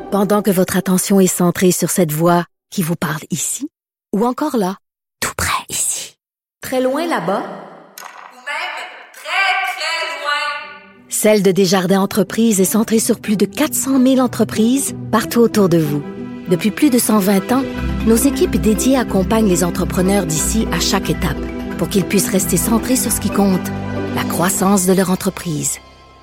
Pendant que votre attention est centrée sur cette voix qui vous parle ici, ou encore là, tout près ici, très loin là-bas, ou même très, très loin. Celle de Desjardins Entreprises est centrée sur plus de 400 000 entreprises partout autour de vous. Depuis plus de 120 ans, nos équipes dédiées accompagnent les entrepreneurs d'ici à chaque étape pour qu'ils puissent rester centrés sur ce qui compte, la croissance de leur entreprise.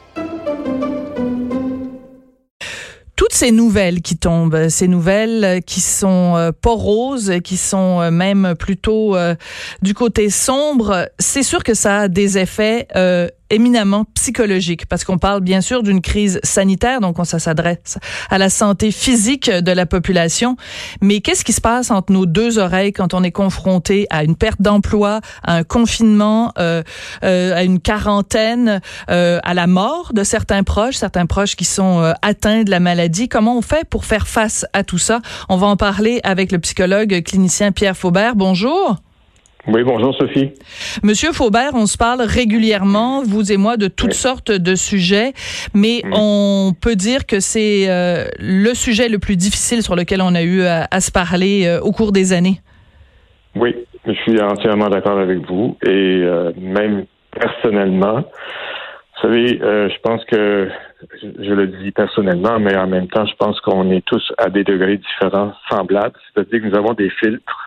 Toutes ces nouvelles qui tombent, ces nouvelles qui sont pas roses, qui sont même plutôt du côté sombre, c'est sûr que ça a des effets éminemment psychologiques, parce qu'on parle bien sûr d'une crise sanitaire, donc ça s'adresse à la santé physique de la population. Mais qu'est-ce qui se passe entre nos deux oreilles quand on est confronté à une perte d'emploi, à un confinement, à une quarantaine, à la mort de certains proches qui sont atteints de la maladie? Comment on fait pour faire face à tout ça? On va en parler avec le psychologue clinicien Pierre Faubert. Bonjour. Oui, bonjour Sophie. Monsieur Faubert, on se parle régulièrement, vous et moi, de toutes sortes de sujets, mais on peut dire que c'est le sujet le plus difficile sur lequel on a eu à se parler au cours des années. Oui, je suis entièrement d'accord avec vous et même personnellement, vous savez, je pense que, je le dis personnellement, mais en même temps, je pense qu'on est tous à des degrés différents, semblables, c'est-à-dire que nous avons des filtres,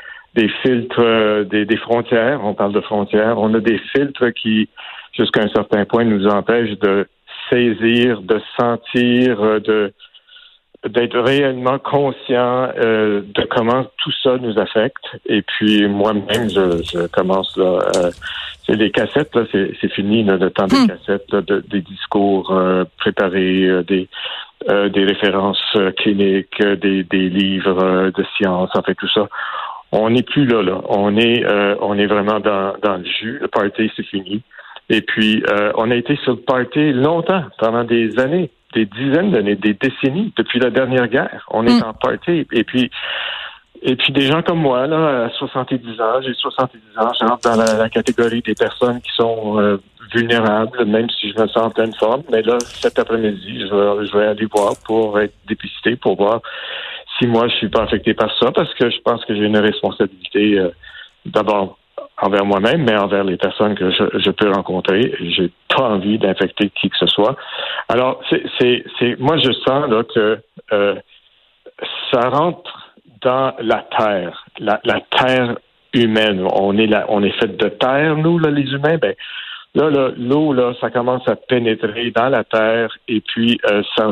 des frontières, on parle de frontières. On a des filtres qui, jusqu'à un certain point, nous empêchent de saisir, de sentir, d'être réellement conscient de comment tout ça nous affecte. Et puis moi-même, je commence là. C'est les cassettes, là, c'est fini là, le temps des cassettes, là, des discours préparés, des références cliniques, des livres de science, en fait tout ça. On n'est plus là. On est vraiment dans le jus. Le party, c'est fini. Et puis, on a été sur le party longtemps, pendant des années, des dizaines d'années, des décennies, depuis la dernière guerre. On est en party. Et puis des gens comme moi, là, à 70 ans, j'ai 70 ans, j'entre dans la catégorie des personnes qui sont vulnérables, même si je me sens en pleine forme. Mais là, cet après-midi, je vais aller voir pour être dépisté, pour voir si moi, je suis pas affecté par ça, parce que je pense que j'ai une responsabilité d'abord envers moi-même, mais envers les personnes que je peux rencontrer. J'ai pas envie d'infecter qui que ce soit. Alors, moi, je sens là que ça rentre dans la terre, la terre humaine. On est fait de terre, nous, là, les humains. Ben, là, l'eau, là, ça commence à pénétrer dans la terre et puis ça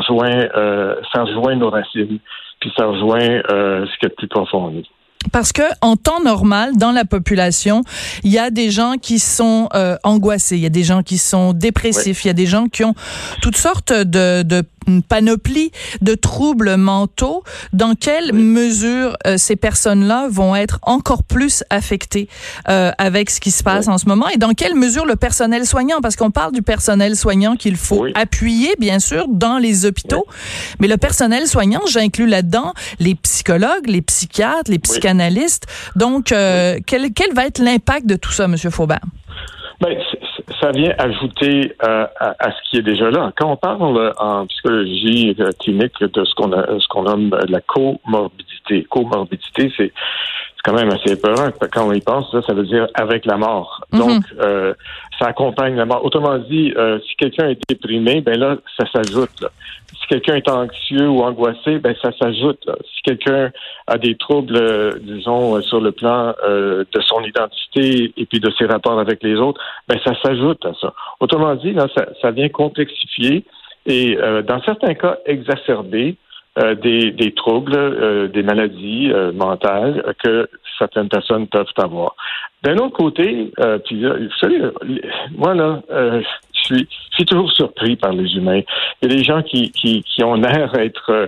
rejoint nos racines. Puis ça rejoint ce qui est plus profond en nous. Parce que en temps normal, dans la population, il y a des gens qui sont angoissés, il y a des gens qui sont dépressifs, il y a des gens qui ont toutes sortes de une panoplie de troubles mentaux. Dans quelle mesure ces personnes-là vont être encore plus affectées avec ce qui se passe en ce moment, et dans quelle mesure le personnel soignant, parce qu'on parle du personnel soignant qu'il faut appuyer, bien sûr, dans les hôpitaux, mais le personnel soignant, j'inclus là-dedans les psychologues, les psychiatres, les psychanalystes. Donc, quel va être l'impact de tout ça, M. Faubert? Ben, ça vient ajouter à ce qui est déjà là. Quand on parle en psychologie clinique de ce qu'on nomme la comorbidité. Comorbidité, c'est quand même assez épeurant. Quand on y pense, ça veut dire avec la mort. Donc, ça accompagne la mort. Autrement dit, si quelqu'un est déprimé, ben là, ça s'ajoute, là. Si quelqu'un est anxieux ou angoissé, ben ça s'ajoute, là. Si quelqu'un a des troubles, disons, sur le plan de son identité et puis de ses rapports avec les autres, ben ça s'ajoute à ça. Autrement dit, là, ça vient complexifier et, dans certains cas, exacerber des troubles, des maladies mentales que certaines personnes peuvent avoir. D'un autre côté, puis vous savez, moi là, je suis toujours surpris par les humains. Il y a des gens qui ont l'air d'être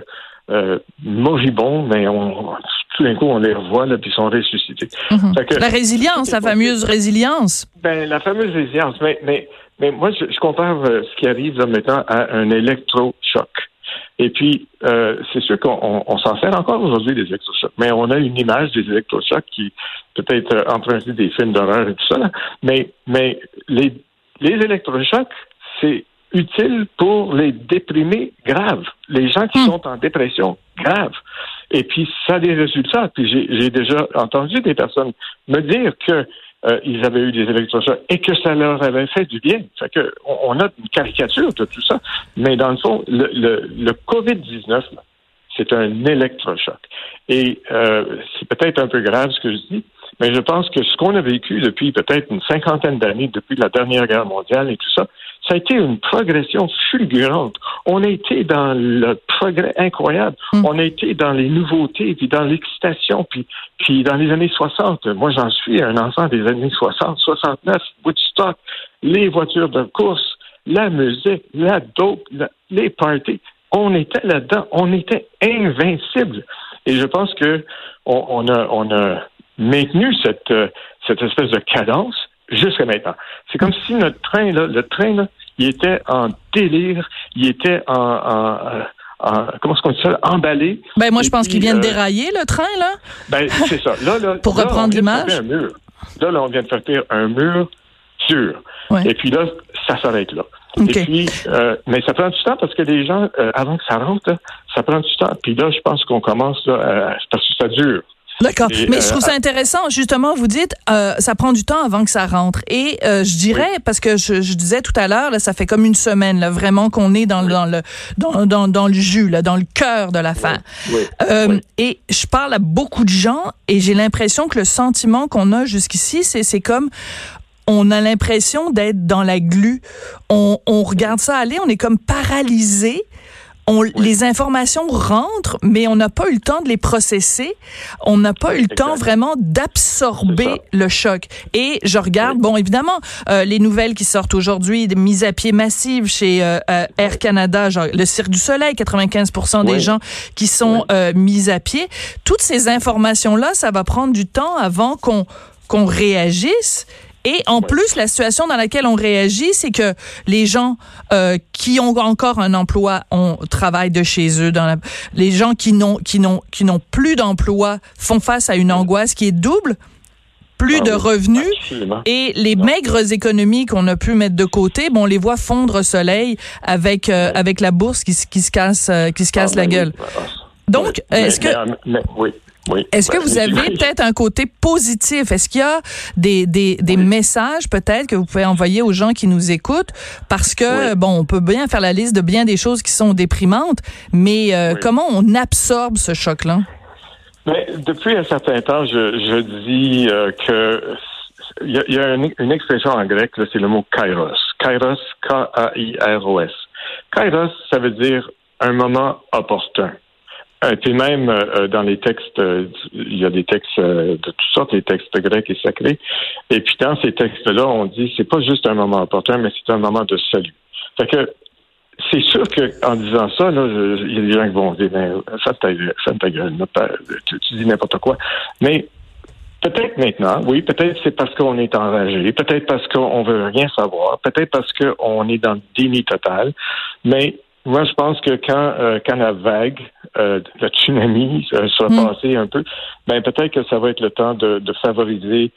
moribonds, mais tout d'un coup on les revoit là, puis ils sont ressuscités. La résilience, la fameuse résilience. Ben la fameuse résilience. Mais moi je compare ce qui arrive là maintenant à un électrochoc. Et puis, c'est sûr qu'on s'en sert encore aujourd'hui des électrochocs, mais on a une image des électrochocs qui peut-être emprunté des films d'horreur et tout ça, là. Mais les électrochocs, c'est utile pour les déprimés graves, les gens qui sont en dépression grave. Et puis, ça a des résultats. Puis, j'ai déjà entendu des personnes me dire que ils avaient eu des électrochocs et que ça leur avait fait du bien. Fait que on a une caricature de tout ça. Mais dans le fond, le COVID-19, là, c'est un électrochoc. Et c'est peut-être un peu grave ce que je dis, mais je pense que ce qu'on a vécu depuis peut-être une 50aine d'années, depuis la dernière guerre mondiale et tout ça, ça a été une progression fulgurante. On a été dans le progrès incroyable. On a été dans les nouveautés, puis dans l'excitation, puis dans les années 60. Moi, j'en suis un enfant des années 60, 69, Woodstock, les voitures de course, la musique, la dope, les parties. On était là-dedans. On était invincibles. Et je pense que on a maintenu cette espèce de cadence jusqu'à maintenant. C'est comme si notre train, là, il était en délire, il était en comment est-ce qu'on dit ça, emballé. Ben moi, je pense qu'il vient de dérailler, le train, là. Ben, c'est ça. Là, pour reprendre l'image. Là, on vient de faire un mur dur. Ouais. Et puis là, ça s'arrête là. Okay. Et puis, mais ça prend du temps parce que les gens, avant que ça rentre, là, ça prend du temps. Puis là, je pense qu'on commence là, parce que ça dure. D'accord. Mais je trouve ça intéressant. Justement, vous dites, ça prend du temps avant que ça rentre. Et je dirais, parce que je disais tout à l'heure, là, ça fait comme une semaine, là, vraiment qu'on est dans le jus, là, dans le cœur de l'affaire. Et je parle à beaucoup de gens et j'ai l'impression que le sentiment qu'on a jusqu'ici, c'est comme on a l'impression d'être dans la glu. On regarde ça aller, on est comme paralysé. Les informations rentrent, mais on n'a pas eu le temps de les processer. On n'a pas eu le temps vraiment d'absorber le choc. Et je regarde, bon, évidemment, les nouvelles qui sortent aujourd'hui, des mises à pied massives chez Air Canada, genre le Cirque du Soleil, 95% des gens qui sont mis à pied. Toutes ces informations-là, ça va prendre du temps avant qu'on réagisse. Et en plus, la situation dans laquelle on réagit, c'est que les gens qui ont encore un emploi, on travaille de chez eux. Les gens qui n'ont plus d'emploi font face à une angoisse qui est double, plus de revenus, et les maigres économies qu'on a pu mettre de côté, on les voit fondre au soleil avec la bourse qui se casse la gueule. Donc, est-ce que est-ce que vous avez peut-être un côté positif? Est-ce qu'il y a des messages peut-être que vous pouvez envoyer aux gens qui nous écoutent? Parce que, on peut bien faire la liste de bien des choses qui sont déprimantes, mais comment on absorbe ce choc-là? Mais depuis un certain temps, je dis que il y a une expression en grec, là, c'est le mot kairos. Kairos, K-A-I-R-O-S. Kairos, ça veut dire un moment opportun. Et puis même dans les textes, il y a des textes de toutes sortes, les textes grecs et sacrés. Et puis dans ces textes-là, on dit c'est pas juste un moment opportun, mais c'est un moment de salut. Fait que c'est sûr qu'en disant ça, là, il y a des gens qui vont dire ferme ta gueule, tu dis n'importe quoi. Mais peut-être maintenant, oui, peut-être c'est parce qu'on est enragé, peut-être parce qu'on veut rien savoir, peut-être parce qu'on est dans le déni total, mais moi, je pense que quand la vague, le tsunami sera passé un peu, peut-être que ça va être le temps de favoriser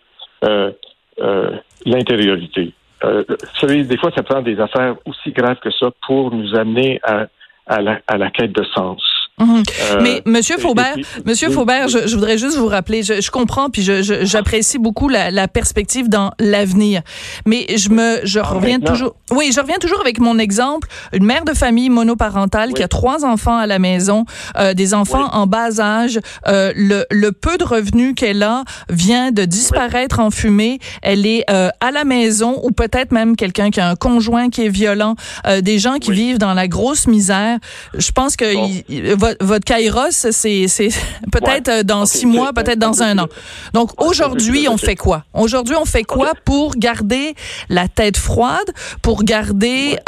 l'intériorité. Vous savez, des fois, ça prend des affaires aussi graves que ça pour nous amener à la quête de sens. Mais Monsieur Faubert, je voudrais juste vous rappeler, je comprends puis j'apprécie beaucoup la perspective dans l'avenir. Mais je reviens toujours avec mon exemple, une mère de famille monoparentale qui a 3 enfants à la maison, des enfants en bas âge, le peu de revenus qu'elle a vient de disparaître en fumée, elle est à la maison ou peut-être même quelqu'un qui a un conjoint qui est violent, des gens qui vivent dans la grosse misère. Je pense que votre kairos, c'est peut-être dans 6 mois, peut-être dans 1 an. Donc, aujourd'hui, on fait quoi? Aujourd'hui, on fait quoi pour garder la tête froide, pour garder,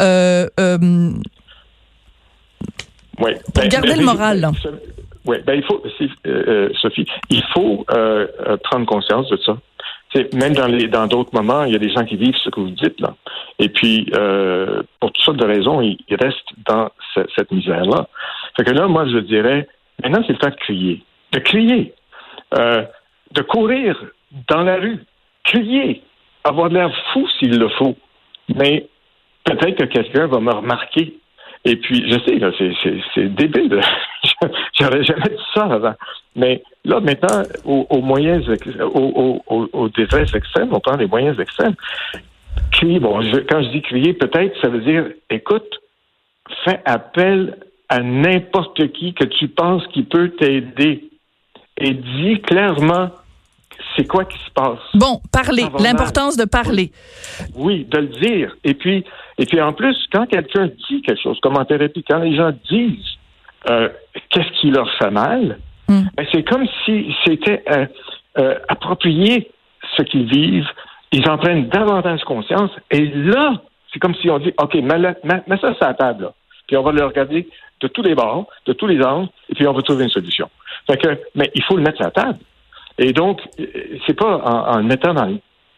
le moral, là? Oui, il faut, Sophie, il faut prendre conscience de ça. Même dans d'autres moments, il y a des gens qui vivent ce que vous dites, là. Et puis, pour toutes sortes de raisons, ils restent dans cette misère-là. Fait que là, moi, je dirais, maintenant, c'est le temps de crier. De crier. De courir dans la rue. Crier. Avoir de l'air fou s'il le faut. Mais peut-être que quelqu'un va me remarquer. Et puis, je sais, là, c'est débile. J'aurais jamais dit ça avant. Mais là, maintenant, aux moyens, aux détresses extrêmes, on prend les moyens extrêmes. Crier, quand je dis crier, peut-être, ça veut dire, écoute, fais appel à n'importe qui que tu penses qui peut t'aider. Et dis clairement, c'est quoi qui se passe. Bon, parler, l'importance de parler. Oui, de le dire. Et puis en plus, quand quelqu'un dit quelque chose, comme en thérapie, quand les gens disent qu'est-ce qui leur fait mal, ben c'est comme si c'était approprié ce qu'ils vivent. Ils en prennent davantage conscience. Et là, c'est comme si on dit, OK, mets ça sur la table, là. Puis on va le regarder de tous les bords, de tous les angles, et puis on va trouver une solution. Fait que, mais il faut le mettre sur la table. Et donc, c'est pas en mettant dans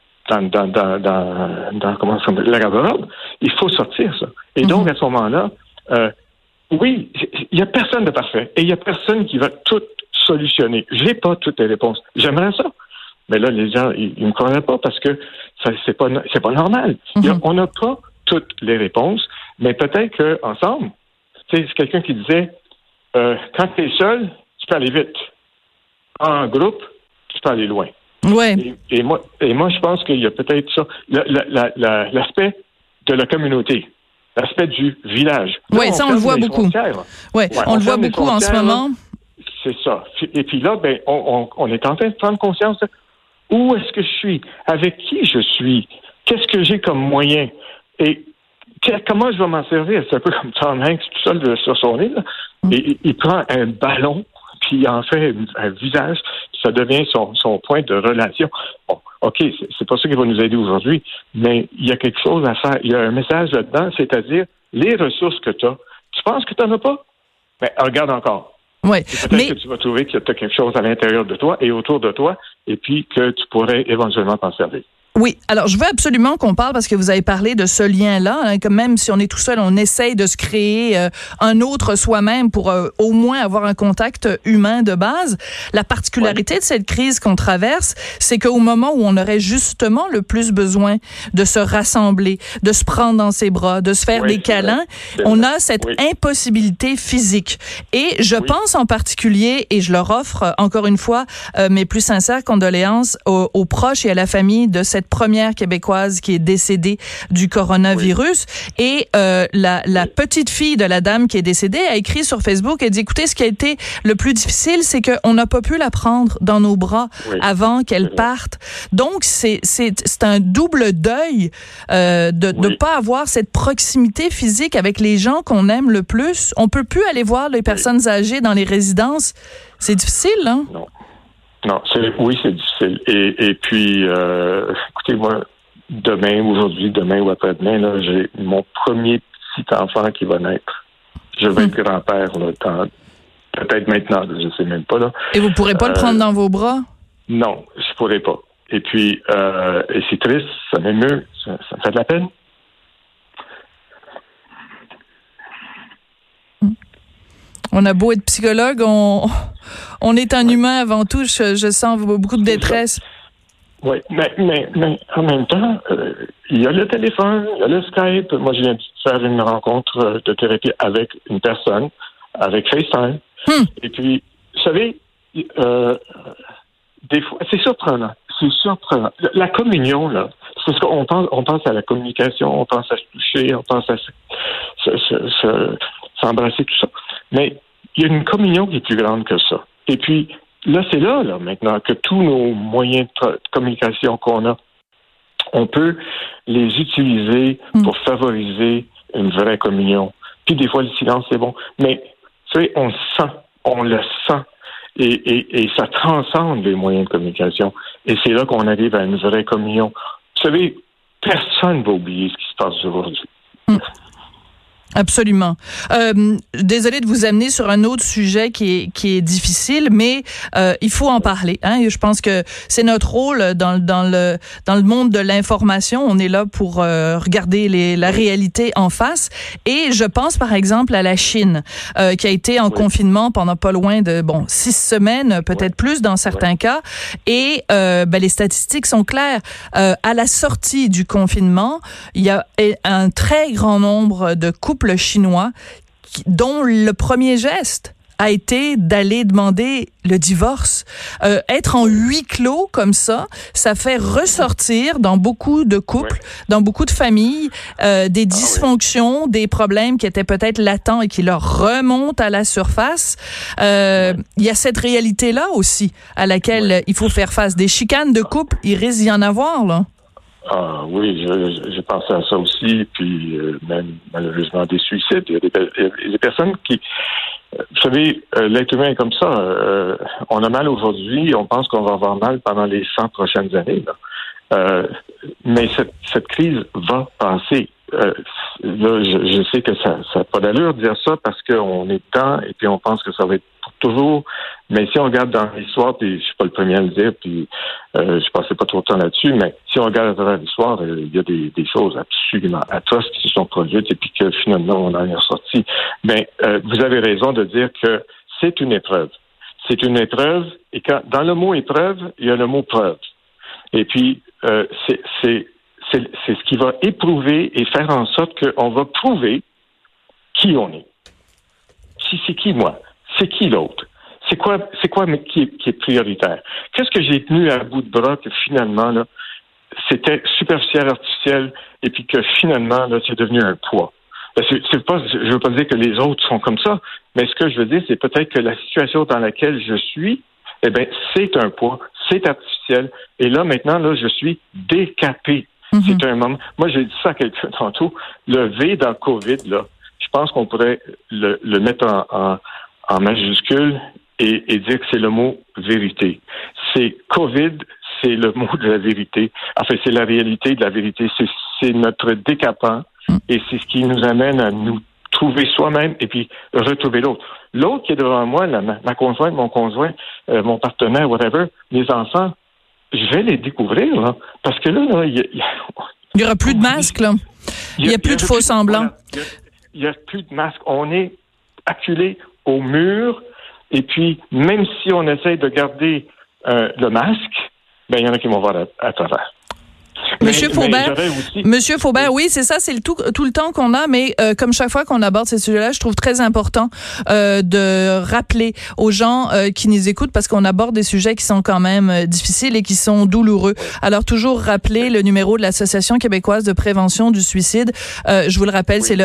comment ça s'appelle, la garde-robe, il faut sortir ça. Et donc, à ce moment-là, oui, il y a personne de parfait. Et il y a personne qui va tout solutionner. J'ai pas toutes les réponses. J'aimerais ça. Mais là, les gens, ils me croiraient pas parce que c'est pas normal. On n'a pas toutes les réponses, mais peut-être qu'ensemble, tu sais, c'est quelqu'un qui disait, quand tu es seul, tu peux aller vite. En groupe, tu peux aller loin. Ouais. Et moi, je pense qu'il y a peut-être ça. L'aspect de la communauté, l'aspect du village. Oui, ça, on le voit beaucoup. Oui, on le voit beaucoup en ce moment. C'est ça. Et puis là, ben, on est en train de prendre conscience de où est-ce que je suis, avec qui je suis, qu'est-ce que j'ai comme moyen et comment je vais m'en servir. C'est un peu comme Tom Hanks tout seul sur son île. Et il prend un ballon puis il en fait un visage, ça devient son point de relation. Bon, OK, c'est pas ça qui va nous aider aujourd'hui, mais il y a quelque chose à faire. Il y a un message là-dedans, c'est-à-dire les ressources que tu as. Tu penses que tu n'en as pas? Ben, regarde encore. Ouais, peut-être que tu vas trouver que tu as quelque chose à l'intérieur de toi et autour de toi, et puis que tu pourrais éventuellement t'en servir. Oui, alors je veux absolument qu'on parle parce que vous avez parlé de ce lien-là, hein, que même si on est tout seul, on essaye de se créer un autre soi-même pour au moins avoir un contact humain de base. La particularité de cette crise qu'on traverse, c'est qu'au moment où on aurait justement le plus besoin de se rassembler, de se prendre dans ses bras, de se faire des câlins, on a cette impossibilité physique. Et je pense en particulier, et je leur offre encore une fois mes plus sincères condoléances aux proches et à la famille de cette première Québécoise qui est décédée du coronavirus. Et la petite fille de la dame qui est décédée a écrit sur Facebook, elle dit, écoutez, ce qui a été le plus difficile, c'est qu'on n'a pas pu la prendre dans nos bras avant qu'elle parte. Donc, c'est un double deuil de ne pas avoir cette proximité physique avec les gens qu'on aime le plus. On peut plus aller voir les personnes âgées dans les résidences. C'est difficile, hein? Non, c'est difficile. Et puis, écoutez, moi, demain ou après-demain, là, j'ai mon premier petit enfant qui va naître. Je vais être grand-père, là, peut-être maintenant, je sais même pas, là. Et vous pourrez pas le prendre dans vos bras? Non, je pourrais pas. Et puis, et c'est triste, ça m'émeut, ça me fait de la peine. On a beau être psychologue, on est un humain avant tout. Je sens beaucoup de détresse. Oui, mais en même temps, il y a le téléphone, il y a le Skype. Moi, je viens de faire une rencontre de thérapie avec une personne, avec FaceTime. Et puis, vous savez, des fois, c'est surprenant. La communion, là, c'est ce qu'on pense, on pense à la communication, on pense à se toucher, on pense à s'embrasser, tout ça. Mais il y a une communion qui est plus grande que ça. Et puis, là, c'est là, maintenant, que tous nos moyens de communication qu'on a, on peut les utiliser pour favoriser une vraie communion. Puis, des fois, le silence, c'est bon. Mais, tu sais, on le sent. Et ça transcende les moyens de communication. Et c'est là qu'on arrive à une vraie communion. Vous savez, personne ne va oublier ce qui se passe aujourd'hui. Absolument. Désolée de vous amener sur un autre sujet qui est difficile, mais il faut en parler. Hein? Je pense que c'est notre rôle dans le monde de l'information. On est là pour regarder la réalité en face. Et je pense par exemple à la Chine, qui a été en confinement pendant pas loin de 6 semaines, peut-être plus dans certains cas. Et les statistiques sont claires. À la sortie du confinement, il y a un très grand nombre de couples chinois dont le premier geste a été d'aller demander le divorce. Être en huis clos comme ça fait ressortir dans beaucoup de couples, dans beaucoup de familles, des dysfonctions, des problèmes qui étaient peut-être latents et qui leur remontent à la surface. Il y a cette réalité-là aussi à laquelle il faut faire face. Des chicanes de couple, il risque d'y en avoir, là. Ah oui, j'ai pensé à ça aussi, puis même malheureusement des suicides. Il y a des personnes qui, vous savez, l'être humain est comme ça. On a mal aujourd'hui, on pense qu'on va avoir mal pendant les 100 prochaines années. Là. Mais cette crise va passer. Là, je sais que ça n'a pas d'allure de dire ça parce qu'on est dedans et puis on pense que ça va être pour toujours. Mais si on regarde dans l'histoire, puis je suis pas le premier à le dire, puis je passais pas trop de temps là-dessus, mais si on regarde à travers l'histoire, il y a des choses absolument atroces qui se sont produites et puis que finalement on en est ressorti. Mais vous avez raison de dire que c'est une épreuve. C'est une épreuve et dans le mot épreuve, il y a le mot preuve. Et puis c'est ce qui va éprouver et faire en sorte qu'on va prouver qui on est. Si c'est qui moi? C'est qui l'autre? C'est quoi mais qui est prioritaire? Qu'est-ce que j'ai tenu à bout de bras que finalement, là, c'était superficiel, artificiel, et puis que finalement, là, c'est devenu un poids? Je veux pas dire que les autres sont comme ça, mais ce que je veux dire, c'est peut-être que la situation dans laquelle je suis, c'est un poids, c'est artificiel, et là, maintenant, là, je suis décapé. Mm-hmm. C'est un moment. Moi, j'ai dit ça à quelqu'un tantôt. Le V dans le COVID, là, je pense qu'on pourrait le mettre en majuscule et dire que c'est le mot vérité. C'est COVID, c'est le mot de la vérité. Enfin, c'est la réalité de la vérité. C'est notre décapant et c'est ce qui nous amène à nous trouver soi-même et puis retrouver l'autre. L'autre qui est devant moi, ma conjointe, mon conjoint, mon partenaire, whatever, mes enfants, je vais les découvrir, là. Parce que là, il y aura plus de masques, là. Il y a plus de faux semblants. Il y a plus de masques. On est acculé au mur. Et puis, même si on essaie de garder le masque, il y en a qui vont voir à travers. Monsieur Faubert, oui, c'est ça, c'est tout le temps qu'on a, mais comme chaque fois qu'on aborde ces sujets-là, je trouve très important de rappeler aux gens qui nous écoutent, parce qu'on aborde des sujets qui sont quand même difficiles et qui sont douloureux. Alors, toujours rappeler le numéro de l'Association québécoise de prévention du suicide. Je vous le rappelle, c'est le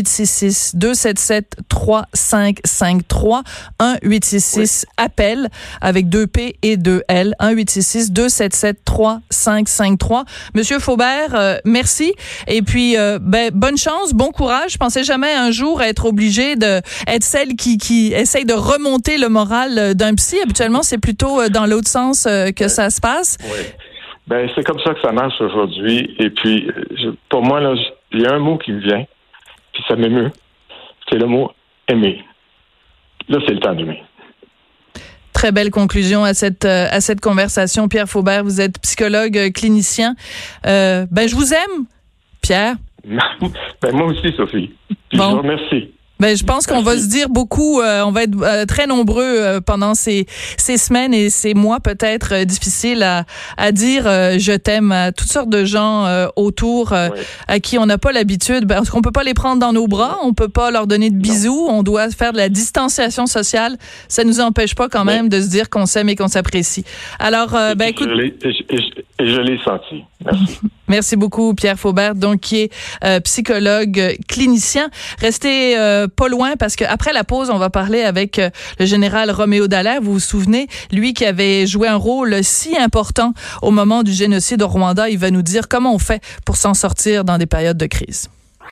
1-866-277-3553. 1-866 appel avec 2 P et 2 L. 1-866-277-3553. Monsieur Faubert, merci. Et puis, bonne chance, bon courage. Je pensais jamais un jour être obligée être celle qui essaye de remonter le moral d'un psy. Habituellement, c'est plutôt dans l'autre sens que ça se passe. Oui. C'est comme ça que ça marche aujourd'hui. Et puis, pour moi, là, il y a un mot qui me vient, puis ça m'émeut. C'est le mot aimer. Là, c'est le temps d'aimer. Très belle conclusion à cette conversation. Pierre Faubert, vous êtes psychologue clinicien. Je vous aime, Pierre. Moi aussi, Sophie. Puis je vous remercie. Je pense qu'on va se dire beaucoup, on va être très nombreux pendant ces semaines et ces mois peut-être difficiles à dire je t'aime à toutes sortes de gens autour à qui on n'a pas l'habitude, parce qu'on peut pas les prendre dans nos bras, on peut pas leur donner de bisous, on doit faire de la distanciation sociale. Ça nous empêche pas quand même de se dire qu'on s'aime et qu'on s'apprécie. Alors, écoute. Je l'ai senti. Merci. Merci beaucoup, Pierre Faubert, donc qui est psychologue clinicien. Restez pas loin parce que après la pause, on va parler avec le général Roméo Dallaire. Vous vous souvenez, lui qui avait joué un rôle si important au moment du génocide au Rwanda. Il va nous dire comment on fait pour s'en sortir dans des périodes de crise.